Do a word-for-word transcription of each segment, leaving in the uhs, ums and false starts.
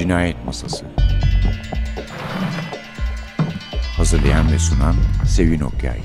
Cinayet Masası. Hazırlayan ve sunan Sevin Okyay.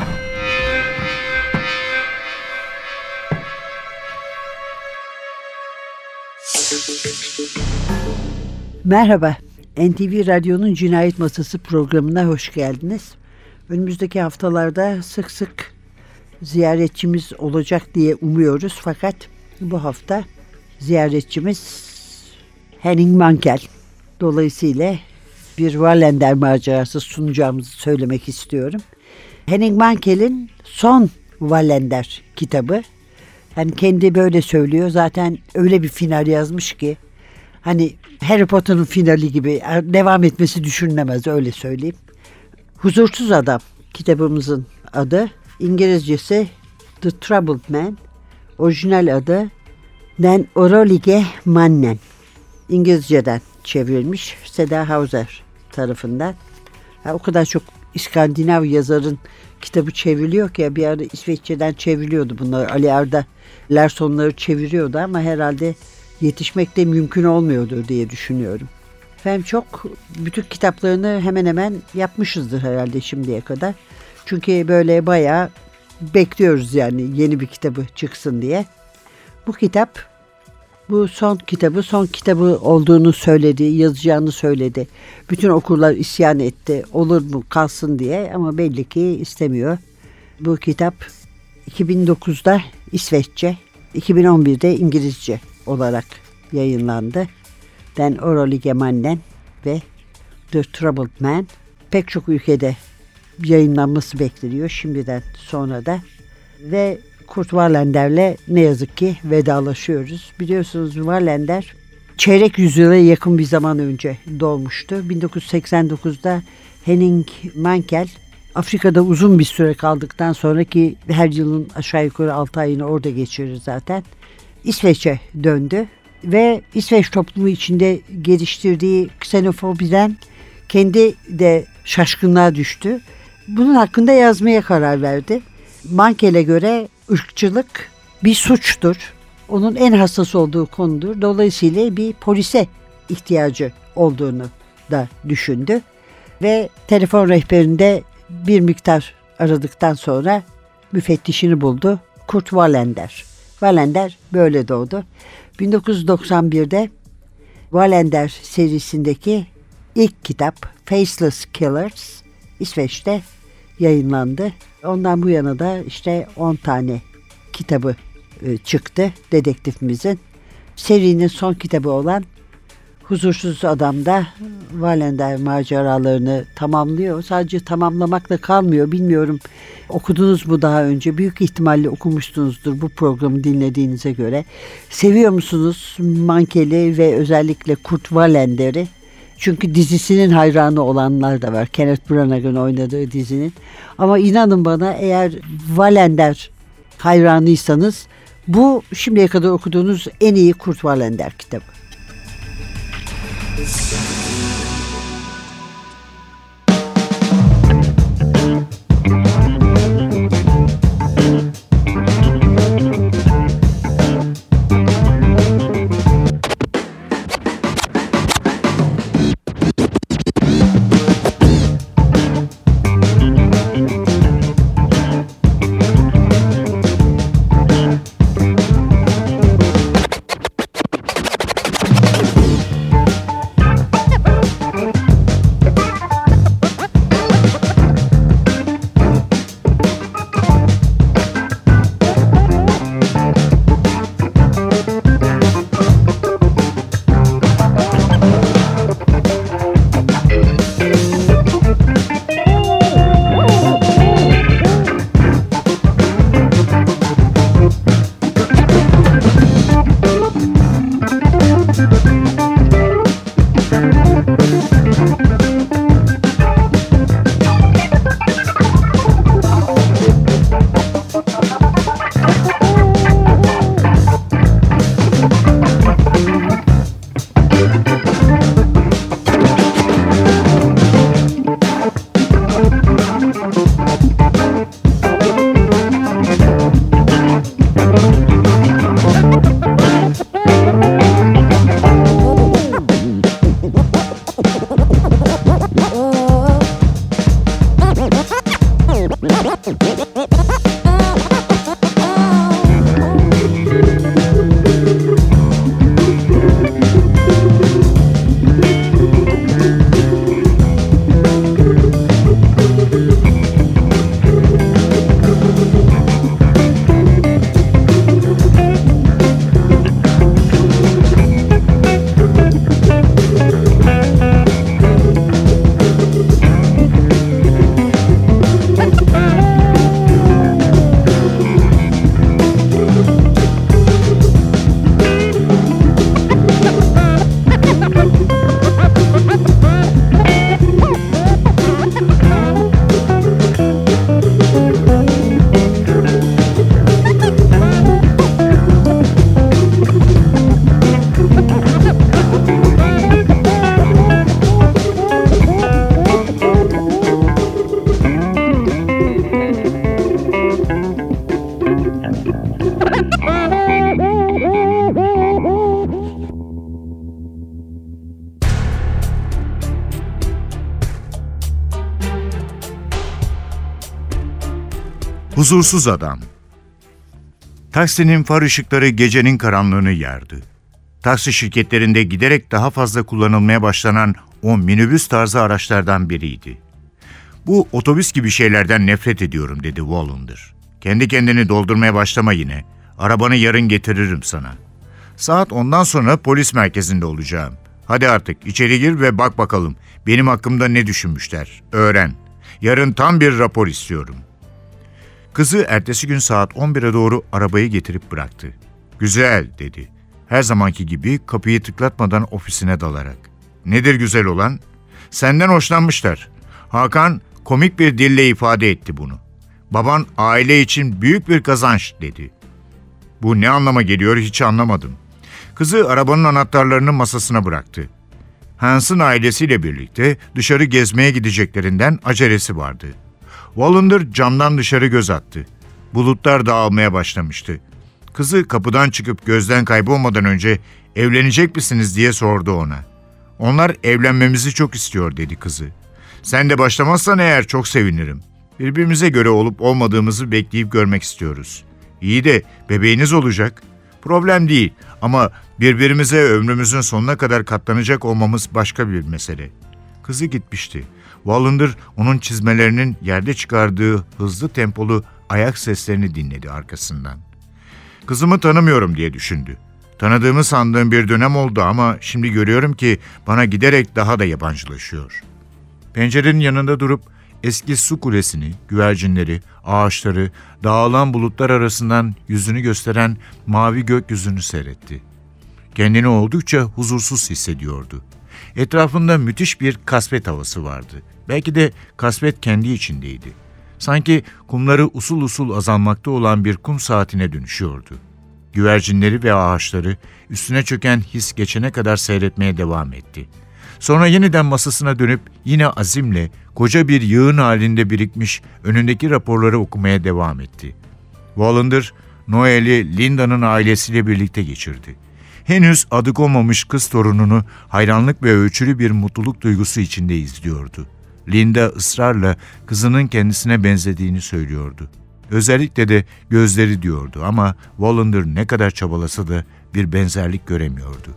Merhaba, N T V Radyo'nun Cinayet Masası programına hoş geldiniz. Önümüzdeki haftalarda sık sık ziyaretçimiz olacak diye umuyoruz. Fakat bu hafta ziyaretçimiz Henning Mankell. Dolayısıyla bir Wallander macerası sunacağımızı söylemek istiyorum. Henning Mankell'in son Wallander kitabı. Yani kendi böyle söylüyor. Zaten öyle bir final yazmış ki hani Harry Potter'ın finali gibi devam etmesi düşünülemez, öyle söyleyeyim. Huzursuz Adam kitabımızın adı. İngilizcesi The Troubled Man. Orijinal adı Den Orolige Mannen. İngilizceden çevrilmiş Seda Hauser tarafından. Ha, o kadar çok İskandinav yazarın kitabı çevriliyor ki, bir ara İsveççeden çevriliyordu bunlar. Ali Arda Larson'ları çeviriyordu ama herhalde yetişmek de mümkün olmuyordur diye düşünüyorum. Efendim, çok bütün kitaplarını hemen hemen yapmışızdır herhalde şimdiye kadar. Çünkü böyle bayağı bekliyoruz yani yeni bir kitabı çıksın diye. Bu kitap, bu son kitabı, son kitabı olduğunu söyledi, yazacağını söyledi. Bütün okurlar isyan etti, olur mu kalsın diye, ama belli ki istemiyor. Bu kitap iki bin dokuzda İsveççe, iki bin on birde İngilizce olarak yayınlandı. Den Orolige Mannen ve The Troubled Man. Pek çok ülkede yayınlanması bekleniyor şimdiden sonra da. Ve Kurt Wallender'le ne yazık ki vedalaşıyoruz. Biliyorsunuz Wallander çeyrek yüzyıla yakın bir zaman önce doğmuştu. bin dokuz yüz seksen dokuzda Henning Mankell Afrika'da uzun bir süre kaldıktan sonra, ki her yılın aşağı yukarı altı ayını orada geçirir zaten, İsveç'e döndü ve İsveç toplumu içinde geliştirdiği ksenofobiden kendi de şaşkınlığa düştü. Bunun hakkında yazmaya karar verdi. Mankell'e göre ırkçılık bir suçtur. Onun en hassas olduğu konudur. Dolayısıyla bir polise ihtiyacı olduğunu da düşündü. Ve telefon rehberinde bir miktar aradıktan sonra müfettişini buldu. Kurt Wallander. Wallander böyle doğdu. bin dokuz yüz doksan birde Wallander serisindeki ilk kitap Faceless Killers İsveç'te yayınlandı. Ondan bu yana da işte on tane kitabı çıktı dedektifimizin. Serinin son kitabı olan Huzursuz Adam'da Wallander maceralarını tamamlıyor. Sadece tamamlamakla kalmıyor. Bilmiyorum, okudunuz mu daha önce? Büyük ihtimalle okumuşsunuzdur bu programı dinlediğinize göre. Seviyor musunuz Mankell'i ve özellikle Kurt Wallender'i? Çünkü dizisinin hayranı olanlar da var. Kenneth Branagh'ın oynadığı dizinin. Ama inanın bana, eğer Wallander hayranıysanız bu şimdiye kadar okuduğunuz en iyi Kurt Wallander kitabı. Huzursuz adam. Taksinin far ışıkları gecenin karanlığını yardı. Taksi şirketlerinde giderek daha fazla kullanılmaya başlanan o minibüs tarzı araçlardan biriydi. Bu otobüs gibi şeylerden nefret ediyorum dedi Wallander. Kendi kendini doldurmaya başlama yine. Arabanı yarın getiririm sana. Saat ondan sonra polis merkezinde olacağım. Hadi artık içeri gir ve bak bakalım benim hakkımda ne düşünmüşler. Öğren. Yarın tam bir rapor istiyorum. Kızı ertesi gün saat on bire doğru arabayı getirip bıraktı. Güzel dedi. Her zamanki gibi kapıyı tıklatmadan ofisine dalarak. Nedir güzel olan? Senden hoşlanmışlar. Hakan komik bir dille ifade etti bunu. Baban aile için büyük bir kazanç dedi. Bu ne anlama geliyor hiç anlamadım. Kızı arabanın anahtarlarını masasına bıraktı. Hans'ın ailesiyle birlikte dışarı gezmeye gideceklerinden acelesi vardı. Wallander camdan dışarı göz attı. Bulutlar dağılmaya başlamıştı. Kızı kapıdan çıkıp gözden kaybolmadan önce evlenecek misiniz diye sordu ona. Onlar evlenmemizi çok istiyor dedi kızı. Sen de başlamazsan eğer çok sevinirim. Birbirimize göre olup olmadığımızı bekleyip görmek istiyoruz. İyi de bebeğiniz olacak. Problem değil ama birbirimize ömrümüzün sonuna kadar katlanacak olmamız başka bir mesele. Kızı gitmişti. Wallander onun çizmelerinin yerde çıkardığı hızlı tempolu ayak seslerini dinledi arkasından. Kızımı tanımıyorum diye düşündü. Tanıdığımı sandığım bir dönem oldu ama şimdi görüyorum ki bana giderek daha da yabancılaşıyor. Pencerenin yanında durup eski su kulesini, güvercinleri, ağaçları, dağılan bulutlar arasından yüzünü gösteren mavi gökyüzünü seyretti. Kendini oldukça huzursuz hissediyordu. Etrafında müthiş bir kasvet havası vardı. Belki de kasvet kendi içindeydi. Sanki kumları usul usul azalmakta olan bir kum saatine dönüşüyordu. Güvercinleri ve ağaçları üstüne çöken his geçene kadar seyretmeye devam etti. Sonra yeniden masasına dönüp yine azimle koca bir yığın halinde birikmiş önündeki raporları okumaya devam etti. Wallander, Noel'i Linda'nın ailesiyle birlikte geçirdi. Henüz adı konmamış kız torununu hayranlık ve ölçülü bir mutluluk duygusu içinde izliyordu. Linda ısrarla kızının kendisine benzediğini söylüyordu. Özellikle de gözleri diyordu ama Wallander ne kadar çabalasa da bir benzerlik göremiyordu.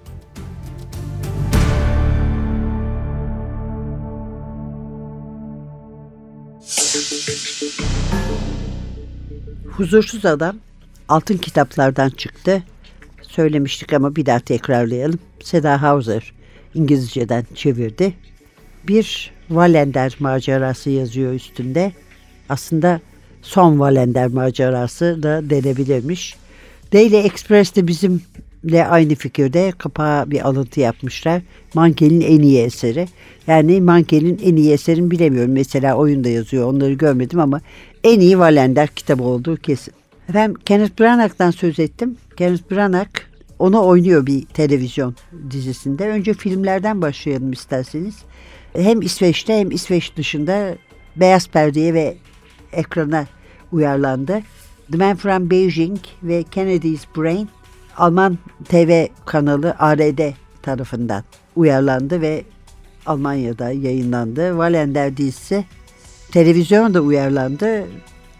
Huzursuz Adam altın kitaplardan çıktı. Söylemiştik ama bir daha tekrarlayalım. Seda Hauser İngilizceden çevirdi. Bir Wallander macerası yazıyor üstünde. Aslında son Wallander macerası da denebilirmiş. Daily Express de bizimle aynı fikirde, kapağa bir alıntı yapmışlar. Mankel'in en iyi eseri. Yani Mankel'in en iyi eserini bilemiyorum. Mesela oyunda yazıyor, onları görmedim ama en iyi Wallander kitabı olduğu kesin. Efendim, Kenneth Branagh'dan söz ettim. Kenneth Branagh onu oynuyor bir televizyon dizisinde. Önce filmlerden başlayalım isterseniz. Hem İsveç'te hem İsveç dışında beyaz perdeye ve ekrana uyarlandı. The Man from Beijing ve Kennedy's Brain Alman T V kanalı A R D tarafından uyarlandı ve Almanya'da yayınlandı. Wallander dizisi televizyonda uyarlandı.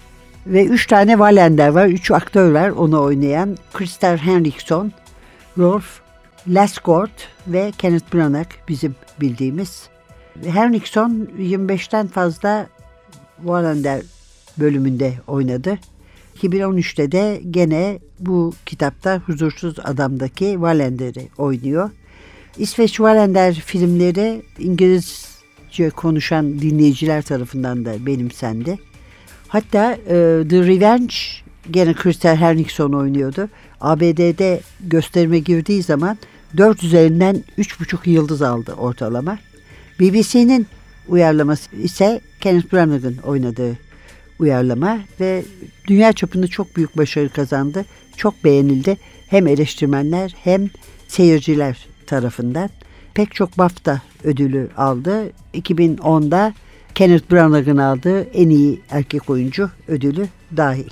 Ve üç tane Wallander var, üç aktör var onu oynayan. Christer Henriksson, Rolf Lassgård ve Kenneth Branagh bizim bildiğimiz. Henriksson yirmi beşten fazla Wallander bölümünde oynadı. iki bin on üçte de gene bu kitapta Huzursuz Adam'daki Wallander'i oynuyor. İsveç Wallander filmleri İngilizce konuşan dinleyiciler tarafından da benimsendi. Hatta e, The Revenge gene Christer Henriksson oynuyordu. A B D'de gösterime girdiği zaman dört üzerinden üç buçuk yıldız aldı ortalama. B B C'nin uyarlaması ise Kenneth Branagh'ın oynadığı uyarlama ve dünya çapında çok büyük başarı kazandı. Çok beğenildi hem eleştirmenler hem seyirciler tarafından. Pek çok BAFTA ödülü aldı. iki bin onda Kenneth Branagh'ın aldığı en iyi erkek oyuncu ödülü dahil.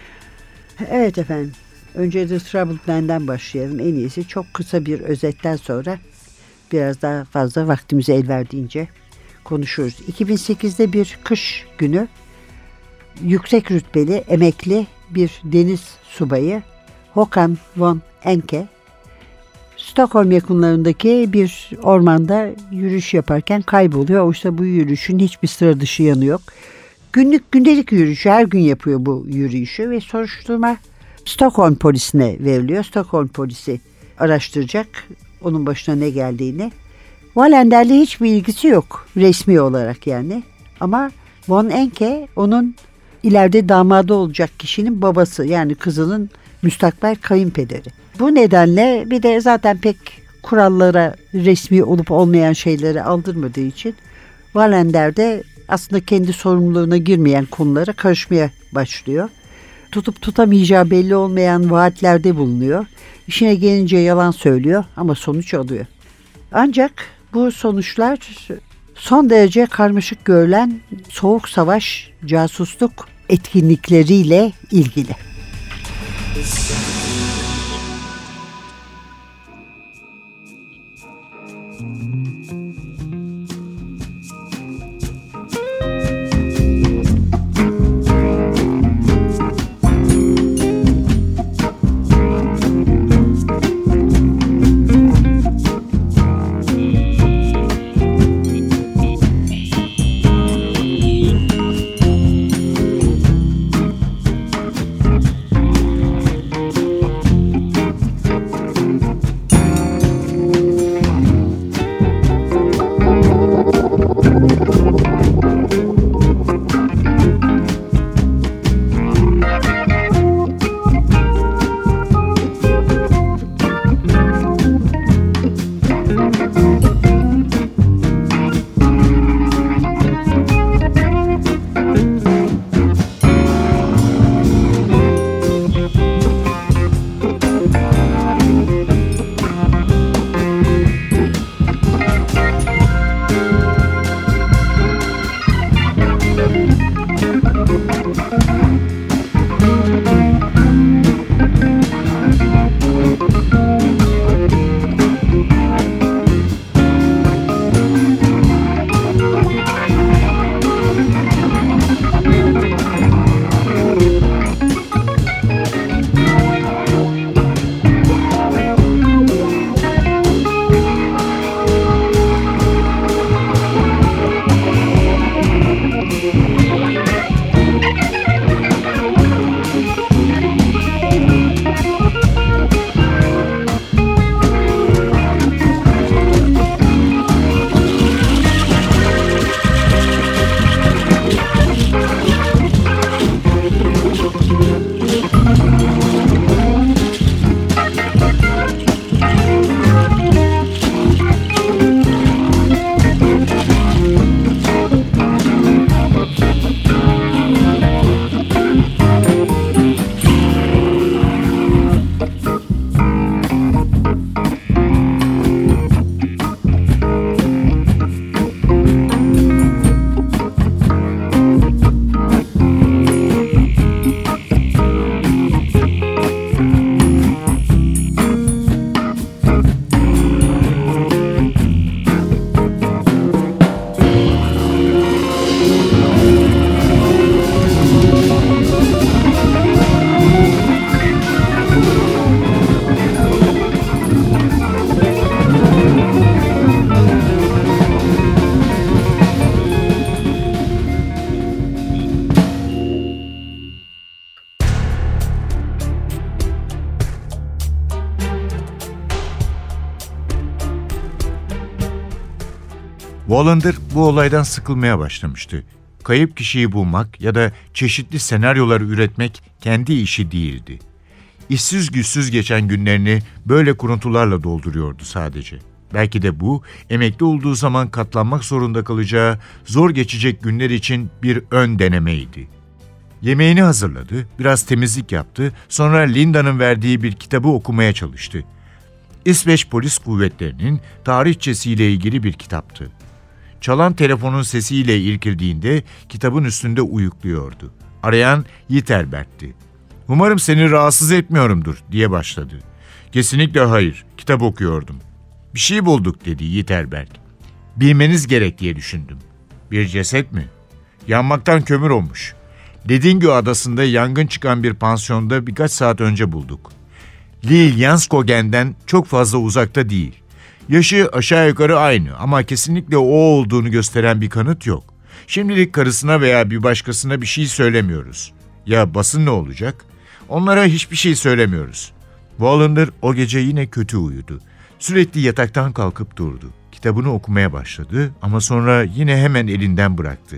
Evet efendim, önce The Troubled Man'den başlayalım. En iyisi çok kısa bir özetten sonra biraz daha fazla vaktimize el verdiğince konuşuruz. iki bin sekizde bir kış günü yüksek rütbeli, emekli bir deniz subayı Håkan von Enke Stockholm yakınlarındaki bir ormanda yürüyüş yaparken kayboluyor. Oysa bu yürüyüşün hiçbir sıra dışı yanı yok. Günlük gündelik yürüyüşü, her gün yapıyor bu yürüyüşü ve soruşturma Stockholm polisine veriliyor. Stockholm polisi araştıracak onun başına ne geldiğini. Wallander'le hiçbir ilgisi yok resmi olarak yani. Ama von Enke onun ileride damadı olacak kişinin babası, yani kızının müstakbel kayınpederi. Bu nedenle bir de zaten pek kurallara, resmi olup olmayan şeyleri aldırmadığı için Wallander de aslında kendi sorumluluğuna girmeyen konulara karışmaya başlıyor. Tutup tutamayacağı belli olmayan vaatlerde bulunuyor. İşine gelince yalan söylüyor ama sonuç alıyor. Ancak bu sonuçlar son derece karmaşık görülen soğuk savaş casusluk etkinlikleriyle ilgili. Wallander bu olaydan sıkılmaya başlamıştı. Kayıp kişiyi bulmak ya da çeşitli senaryolar üretmek kendi işi değildi. İşsiz güçsüz geçen günlerini böyle kuruntularla dolduruyordu sadece. Belki de bu, emekli olduğu zaman katlanmak zorunda kalacağı zor geçecek günler için bir ön denemeydi. Yemeğini hazırladı, biraz temizlik yaptı, sonra Linda'nın verdiği bir kitabı okumaya çalıştı. İsveç Polis Kuvvetleri'nin tarihçesiyle ilgili bir kitaptı. Çalan telefonun sesiyle irkildiğinde kitabın üstünde uyukluyordu. Arayan Yiterberg'ti. "Umarım seni rahatsız etmiyorumdur," diye başladı. "Kesinlikle hayır, kitap okuyordum." "Bir şey bulduk," dedi Yiterberg. "Bilmeniz gerek diye düşündüm." "Bir ceset mi?" "Yanmaktan kömür olmuş. Ledingö adasında yangın çıkan bir pansiyonda birkaç saat önce bulduk. Liljanskogen'den çok fazla uzakta değil. Yaşı aşağı yukarı aynı ama kesinlikle o olduğunu gösteren bir kanıt yok. Şimdilik karısına veya bir başkasına bir şey söylemiyoruz. Ya basın ne olacak? Onlara hiçbir şey söylemiyoruz." Wallander o gece yine kötü uyudu. Sürekli yataktan kalkıp durdu. Kitabını okumaya başladı ama sonra yine hemen elinden bıraktı.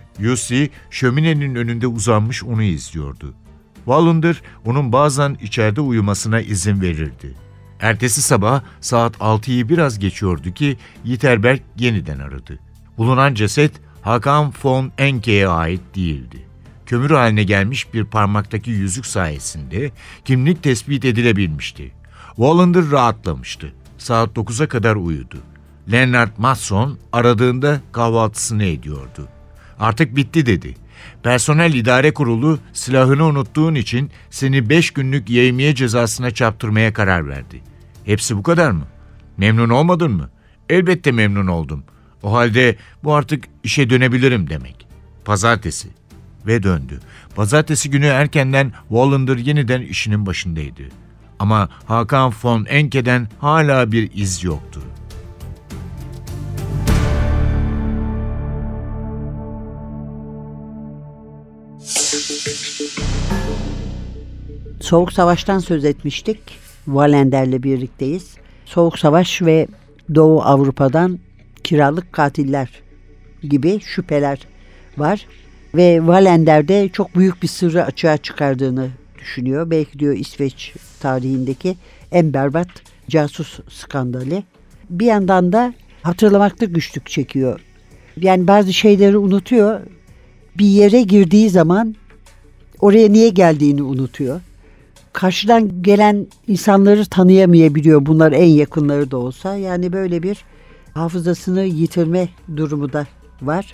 Jussi şöminenin önünde uzanmış onu izliyordu. Wallander onun bazen içeride uyumasına izin verirdi. Ertesi sabah saat altıyı biraz geçiyordu ki Yiterberg yeniden aradı. Bulunan ceset Hakan von Enke'ye ait değildi. Kömür haline gelmiş bir parmaktaki yüzük sayesinde kimlik tespit edilebilmişti. Wallander rahatlamıştı. Saat dokuza kadar uyudu. Lennart Mattsson aradığında kahvaltısını ediyordu. "Artık bitti," dedi. "Personel idare kurulu silahını unuttuğun için seni beş günlük yevmiye cezasına çarptırmaya karar verdi." "Hepsi bu kadar mı? Memnun olmadın mı?" "Elbette memnun oldum. O halde bu artık işe dönebilirim demek." "Pazartesi." Ve döndü. Pazartesi günü erkenden Wallander yeniden işinin başındaydı. Ama Hakan von Enke'den hala bir iz yoktu. Soğuk Savaş'tan söz etmiştik. Wallender'le birlikteyiz. Soğuk Savaş ve Doğu Avrupa'dan kiralık katiller gibi şüpheler var. Ve Wallender de çok büyük bir sırrı açığa çıkardığını düşünüyor. Belki diyor İsveç tarihindeki en berbat casus skandalı. Bir yandan da hatırlamakta güçlük çekiyor. Yani bazı şeyleri unutuyor. Bir yere girdiği zaman oraya niye geldiğini unutuyor. Karşıdan gelen insanları tanıyamayabiliyor. Bunlar en yakınları da olsa. Yani böyle bir hafızasını yitirme durumu da var.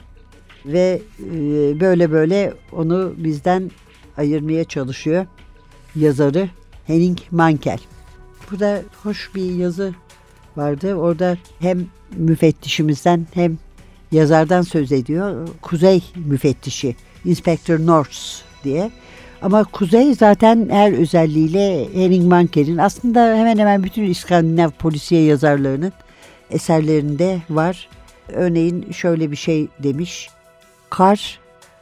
Ve böyle böyle onu bizden ayırmaya çalışıyor yazarı Henning Mankell. Burada hoş bir yazı vardı. Orada hem müfettişimizden hem yazardan söz ediyor. Kuzey müfettişi, Inspector North diye. Ama Kuzey zaten her özelliğiyle Henning Mankell'in, aslında hemen hemen bütün İskandinav polisiye yazarlarının eserlerinde var. Örneğin şöyle bir şey demiş. Kar,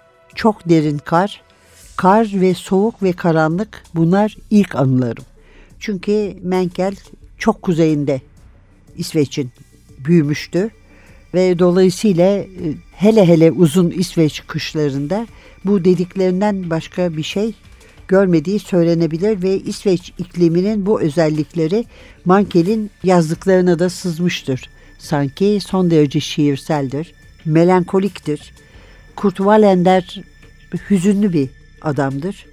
çok derin kar, kar ve soğuk ve karanlık, bunlar ilk anılarım. Çünkü Mankell çok kuzeyinde İsveç'in büyümüştü ve dolayısıyla hele hele uzun İsveç kışlarında bu dediklerinden başka bir şey görmediği söylenebilir ve İsveç ikliminin bu özellikleri Mankell'in yazdıklarına da sızmıştır. Sanki son derece şiirseldir, melankoliktir. Kurt Wallander hüzünlü bir adamdır.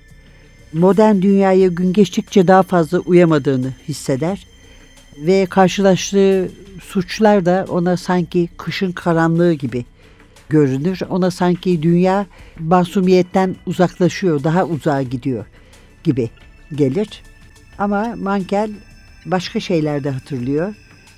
Modern dünyaya gün geçtikçe daha fazla uyamadığını hisseder ve karşılaştığı suçlar da ona sanki kışın karanlığı gibi görünür. Ona sanki dünya masumiyetten uzaklaşıyor, daha uzağa gidiyor gibi gelir. Ama Mankell başka şeyler de hatırlıyor.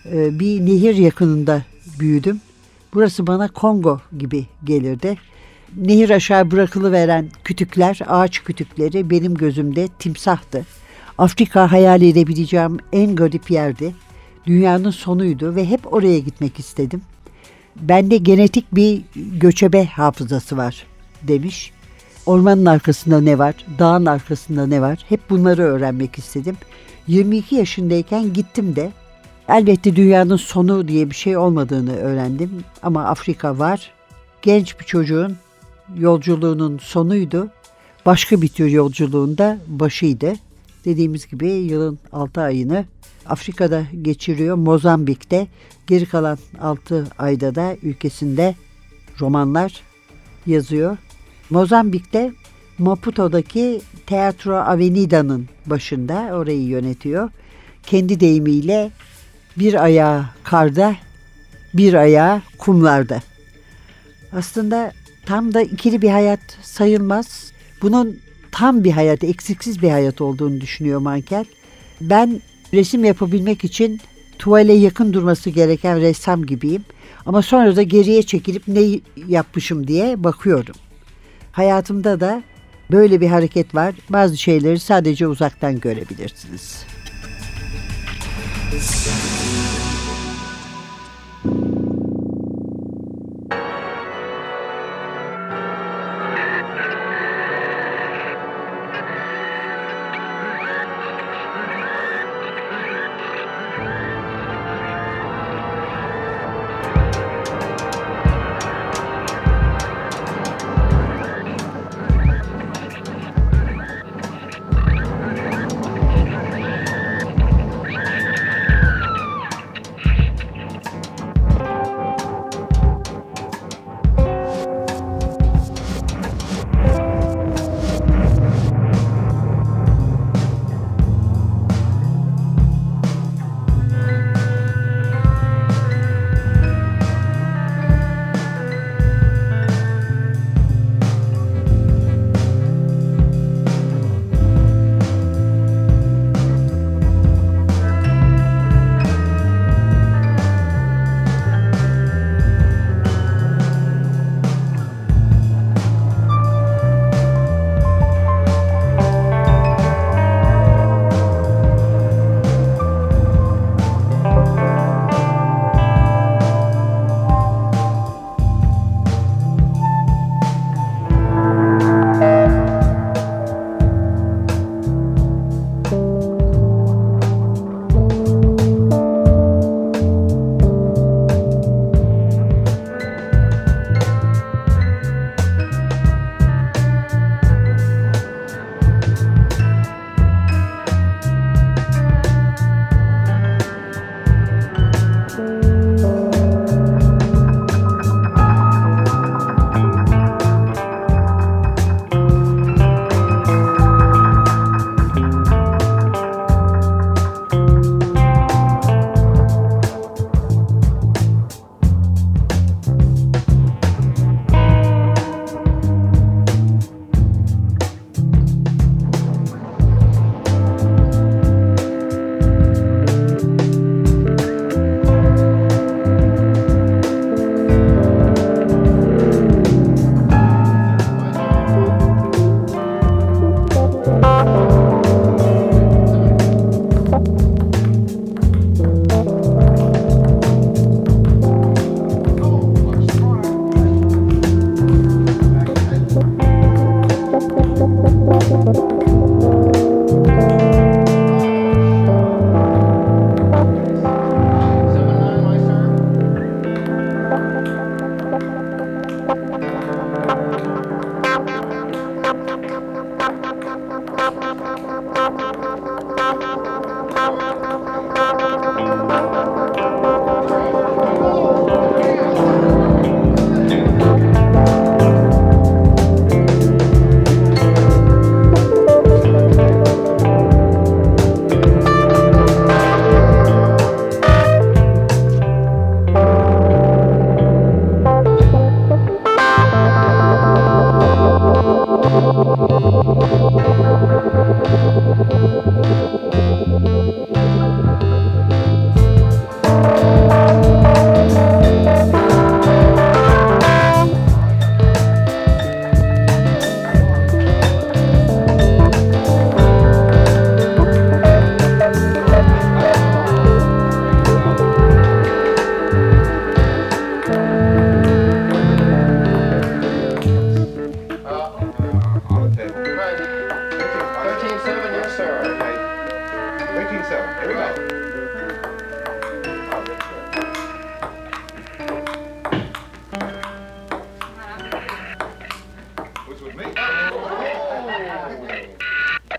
Bir nehir yakınında büyüdüm. Burası bana Kongo gibi gelirdi. Nehir aşağı bırakılıveren kütükler, ağaç kütükleri benim gözümde timsahtı. Afrika hayal edebileceğim en garip yerdi. Dünyanın sonuydu ve hep oraya gitmek istedim. Bende genetik bir göçebe hafızası var demiş. Ormanın arkasında ne var, dağın arkasında ne var, hep bunları öğrenmek istedim. yirmi iki yaşındayken gittim de Elbette dünyanın sonu diye bir şey olmadığını öğrendim ama Afrika var. Genç bir çocuğun yolculuğunun sonuydu. Başka bir tür yolculuğunda başıydı. Dediğimiz gibi yılın altı ayını Afrika'da geçiriyor, Mozambik'te. Geri kalan altı ayda da ülkesinde romanlar yazıyor. Mozambik'te Maputo'daki Teatro Avenida'nın başında, orayı yönetiyor. Kendi deyimiyle bir ayağı karda, bir ayağı kumlarda. Aslında tam da ikili bir hayat sayılmaz. Bunun tam bir hayat, eksiksiz bir hayat olduğunu düşünüyor Mankel. Ben resim yapabilmek için tuvale yakın durması gereken ressam gibiyim. Ama sonra da geriye çekilip ne yapmışım diye bakıyorum. Hayatımda da böyle bir hareket var. Bazı şeyleri sadece uzaktan görebilirsiniz.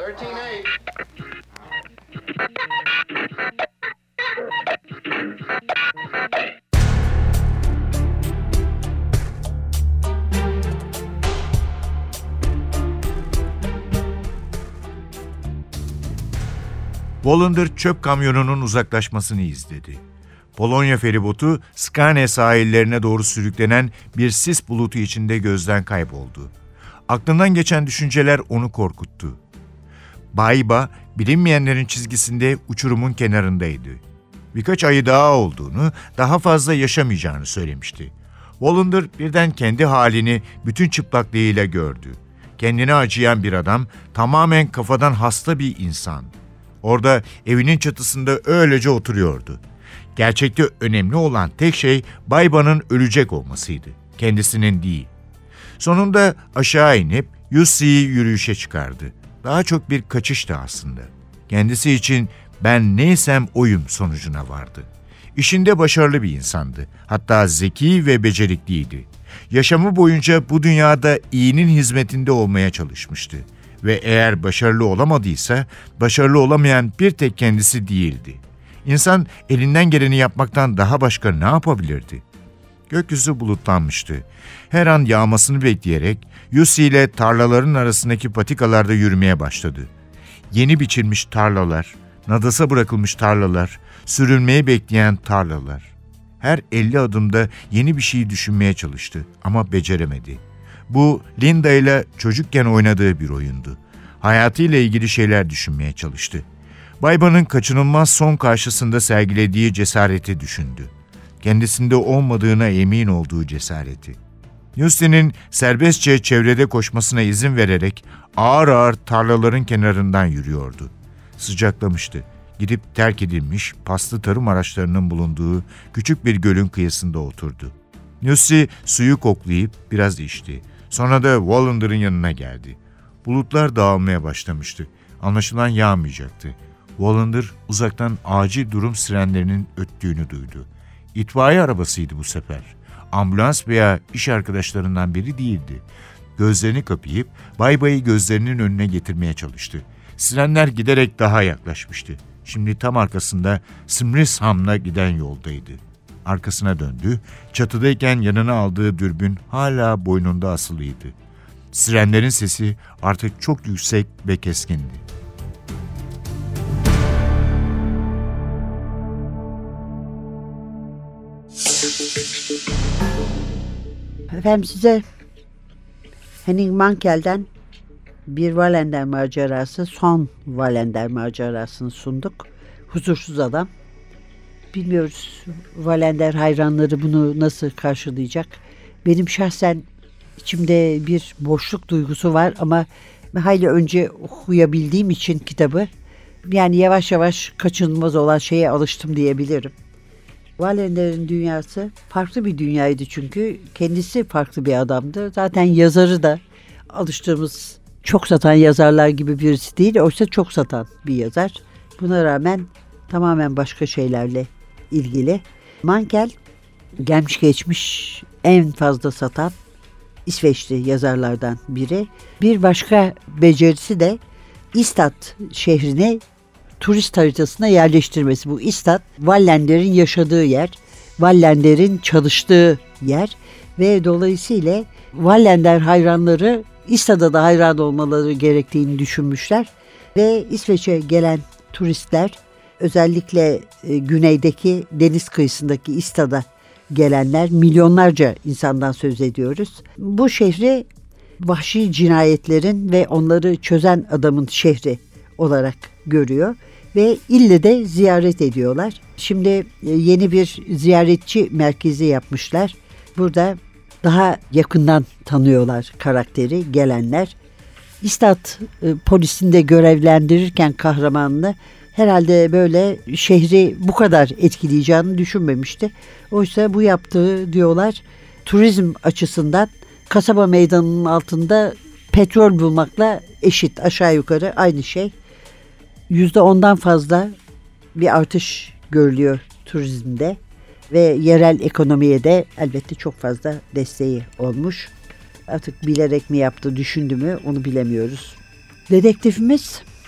Wallander çöp kamyonunun uzaklaşmasını izledi. Polonya feribotu Skane sahillerine doğru sürüklenen bir sis bulutu içinde gözden kayboldu. Aklından geçen düşünceler onu korkuttu. Bayba, bilinmeyenlerin çizgisinde uçurumun kenarındaydı. Birkaç ayı daha olduğunu, daha fazla yaşamayacağını söylemişti. Wallander birden kendi halini bütün çıplaklığıyla gördü. Kendine acıyan bir adam, tamamen kafadan hasta bir insan. Orada evinin çatısında öylece oturuyordu. Gerçekte önemli olan tek şey Bayba'nın ölecek olmasıydı, kendisinin değil. Sonunda aşağı inip Yussi'yi yürüyüşe çıkardı. Daha çok bir kaçıştı aslında. Kendisi için ben neysem oyum sonucuna vardı. İşinde başarılı bir insandı. Hatta zeki ve becerikliydi. Yaşamı boyunca bu dünyada iyinin hizmetinde olmaya çalışmıştı. Ve eğer başarılı olamadıysa, başarılı olamayan bir tek kendisi değildi. İnsan elinden geleni yapmaktan daha başka ne yapabilirdi? Gökyüzü bulutlanmıştı. Her an yağmasını bekleyerek Yussi ile tarlaların arasındaki patikalarda yürümeye başladı. Yeni biçilmiş tarlalar, nadasa bırakılmış tarlalar, sürülmeyi bekleyen tarlalar. Her elli adımda yeni bir şey düşünmeye çalıştı ama beceremedi. Bu Linda ile çocukken oynadığı bir oyundu. Hayatıyla ilgili şeyler düşünmeye çalıştı. Bayba'nın kaçınılmaz son karşısında sergilediği cesareti düşündü. Kendisinde olmadığına emin olduğu cesareti. Yussi'nin serbestçe çevrede koşmasına izin vererek ağır ağır tarlaların kenarından yürüyordu. Sıcaklamıştı. Gidip terk edilmiş paslı tarım araçlarının bulunduğu küçük bir gölün kıyısında oturdu. Yussi suyu koklayıp biraz içti. Sonra da Wallander'ın yanına geldi. Bulutlar dağılmaya başlamıştı. Anlaşılan yağmayacaktı. Wallander uzaktan acil durum sirenlerinin öttüğünü duydu. İtfaiye arabasıydı bu sefer. Ambulans veya iş arkadaşlarından biri değildi. Gözlerini kapayıp Baybay'ı gözlerinin önüne getirmeye çalıştı. Sirenler giderek daha yaklaşmıştı. Şimdi tam arkasında Smrishamn'a giden yoldaydı. Arkasına döndü. Çatıdayken yanına aldığı dürbün hala boynunda asılıydı. Sirenlerin sesi artık çok yüksek ve keskindi. Efendim size Henning Mankel'den bir Wallander macerası, son Wallander macerasını sunduk. Huzursuz Adam. Bilmiyoruz Wallander hayranları bunu nasıl karşılayacak. Benim şahsen içimde bir boşluk duygusu var ama hayli önce okuyabildiğim için kitabı, yani yavaş yavaş kaçınılmaz olan şeye alıştım diyebilirim. Wallander'in dünyası farklı bir dünyaydı çünkü kendisi farklı bir adamdı. Zaten yazarı da alıştığımız çok satan yazarlar gibi birisi değil, oysa çok satan bir yazar. Buna rağmen tamamen başka şeylerle ilgili. Mankel gelmiş geçmiş en fazla satan İsveçli yazarlardan biri. Bir başka becerisi de Istad şehrine turist haritasına yerleştirmesi. Bu Istad, Wallander'in yaşadığı yer, Wallander'in çalıştığı yer ve dolayısıyla Wallander hayranları Istad'a da hayran olmaları gerektiğini düşünmüşler ve İsveç'e gelen turistler, özellikle e, güneydeki deniz kıyısındaki Istad'a gelenler, milyonlarca insandan söz ediyoruz. Bu şehri vahşi cinayetlerin ve onları çözen adamın şehri olarak görüyor ve ille de ziyaret ediyorlar. Şimdi yeni bir ziyaretçi merkezi yapmışlar. Burada daha yakından tanıyorlar karakteri, gelenler. İstad e, polisinde görevlendirirken kahramanını herhalde böyle şehri bu kadar etkileyeceğini düşünmemişti. Oysa bu yaptığı, diyorlar, turizm açısından kasaba meydanının altında petrol bulmakla eşit, aşağı yukarı aynı şey. Yüzde ondan fazla bir artış görülüyor turizmde ve yerel ekonomiye de elbette çok fazla desteği olmuş. Artık bilerek mi yaptı, düşündü mü onu bilemiyoruz. Dedektifimiz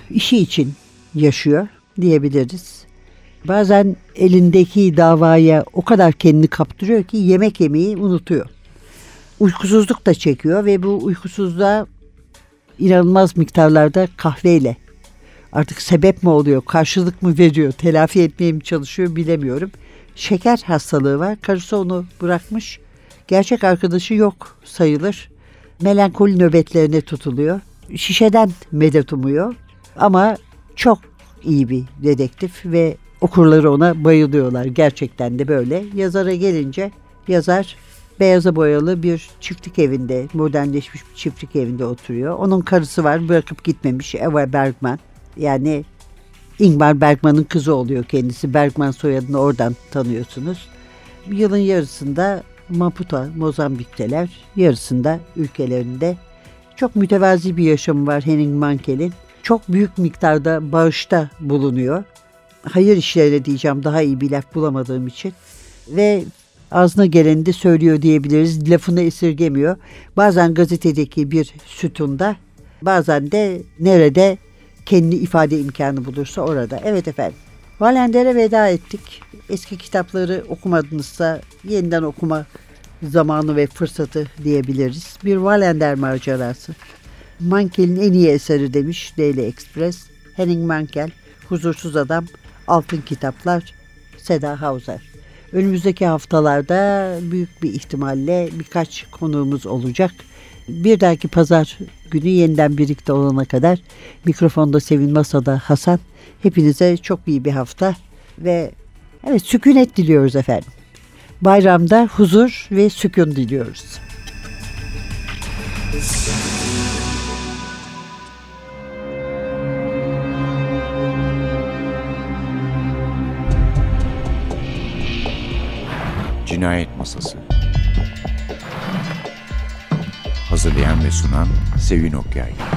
işi için yaşıyor diyebiliriz. Bazen elindeki davaya o kadar kendini kaptırıyor ki yemek yemeyi unutuyor. Uykusuzluk da çekiyor ve bu uykusuzluğa inanılmaz miktarlarda kahveyle, artık sebep mi oluyor, karşılık mı veriyor, telafi etmeye mi çalışıyor bilemiyorum. Şeker hastalığı var. Karısı onu bırakmış. Gerçek arkadaşı yok sayılır. Melankoli nöbetlerine tutuluyor. Şişeden medet umuyor. Ama çok iyi bir dedektif ve okurları ona bayılıyorlar. Gerçekten de böyle. Yazara gelince yazar beyaza boyalı bir çiftlik evinde, modernleşmiş bir çiftlik evinde oturuyor. Onun karısı var, bırakıp gitmemiş, Eva Bergman. Yani Ingmar Bergman'ın kızı oluyor kendisi. Bergman soyadını oradan tanıyorsunuz. Yılın yarısında Maputo, Mozambik'teler. Yarısında ülkelerinde. Çok mütevazi bir yaşamı var Henning Mankel'in. Çok büyük miktarda bağışta bulunuyor. Hayır işlerine diyeceğim, daha iyi bir laf bulamadığım için. Ve ağzına geleni de söylüyor diyebiliriz. Lafını esirgemiyor. Bazen gazetedeki bir sütunda, bazen de nerede kendi ifade imkanı bulursa orada. Evet efendim. Wallander'e veda ettik. Eski kitapları okumadınızsa yeniden okuma zamanı ve fırsatı diyebiliriz. Bir Wallander macerası. Mankel'in en iyi eseri demiş Daily Express. Henning Mankel, Huzursuz Adam, Altın Kitaplar, Seda Hauser. Önümüzdeki haftalarda büyük bir ihtimalle birkaç konuğumuz olacak. Bir dahaki pazar günü yeniden birlikte olana kadar mikrofonda Sevin, masada Hasan. Hepinize çok iyi bir hafta ve evet, sükunet diliyoruz efendim. Bayramda huzur ve sükun diliyoruz. Cinayet Masası. Hazırlayan ve sunan Sevin Okyay.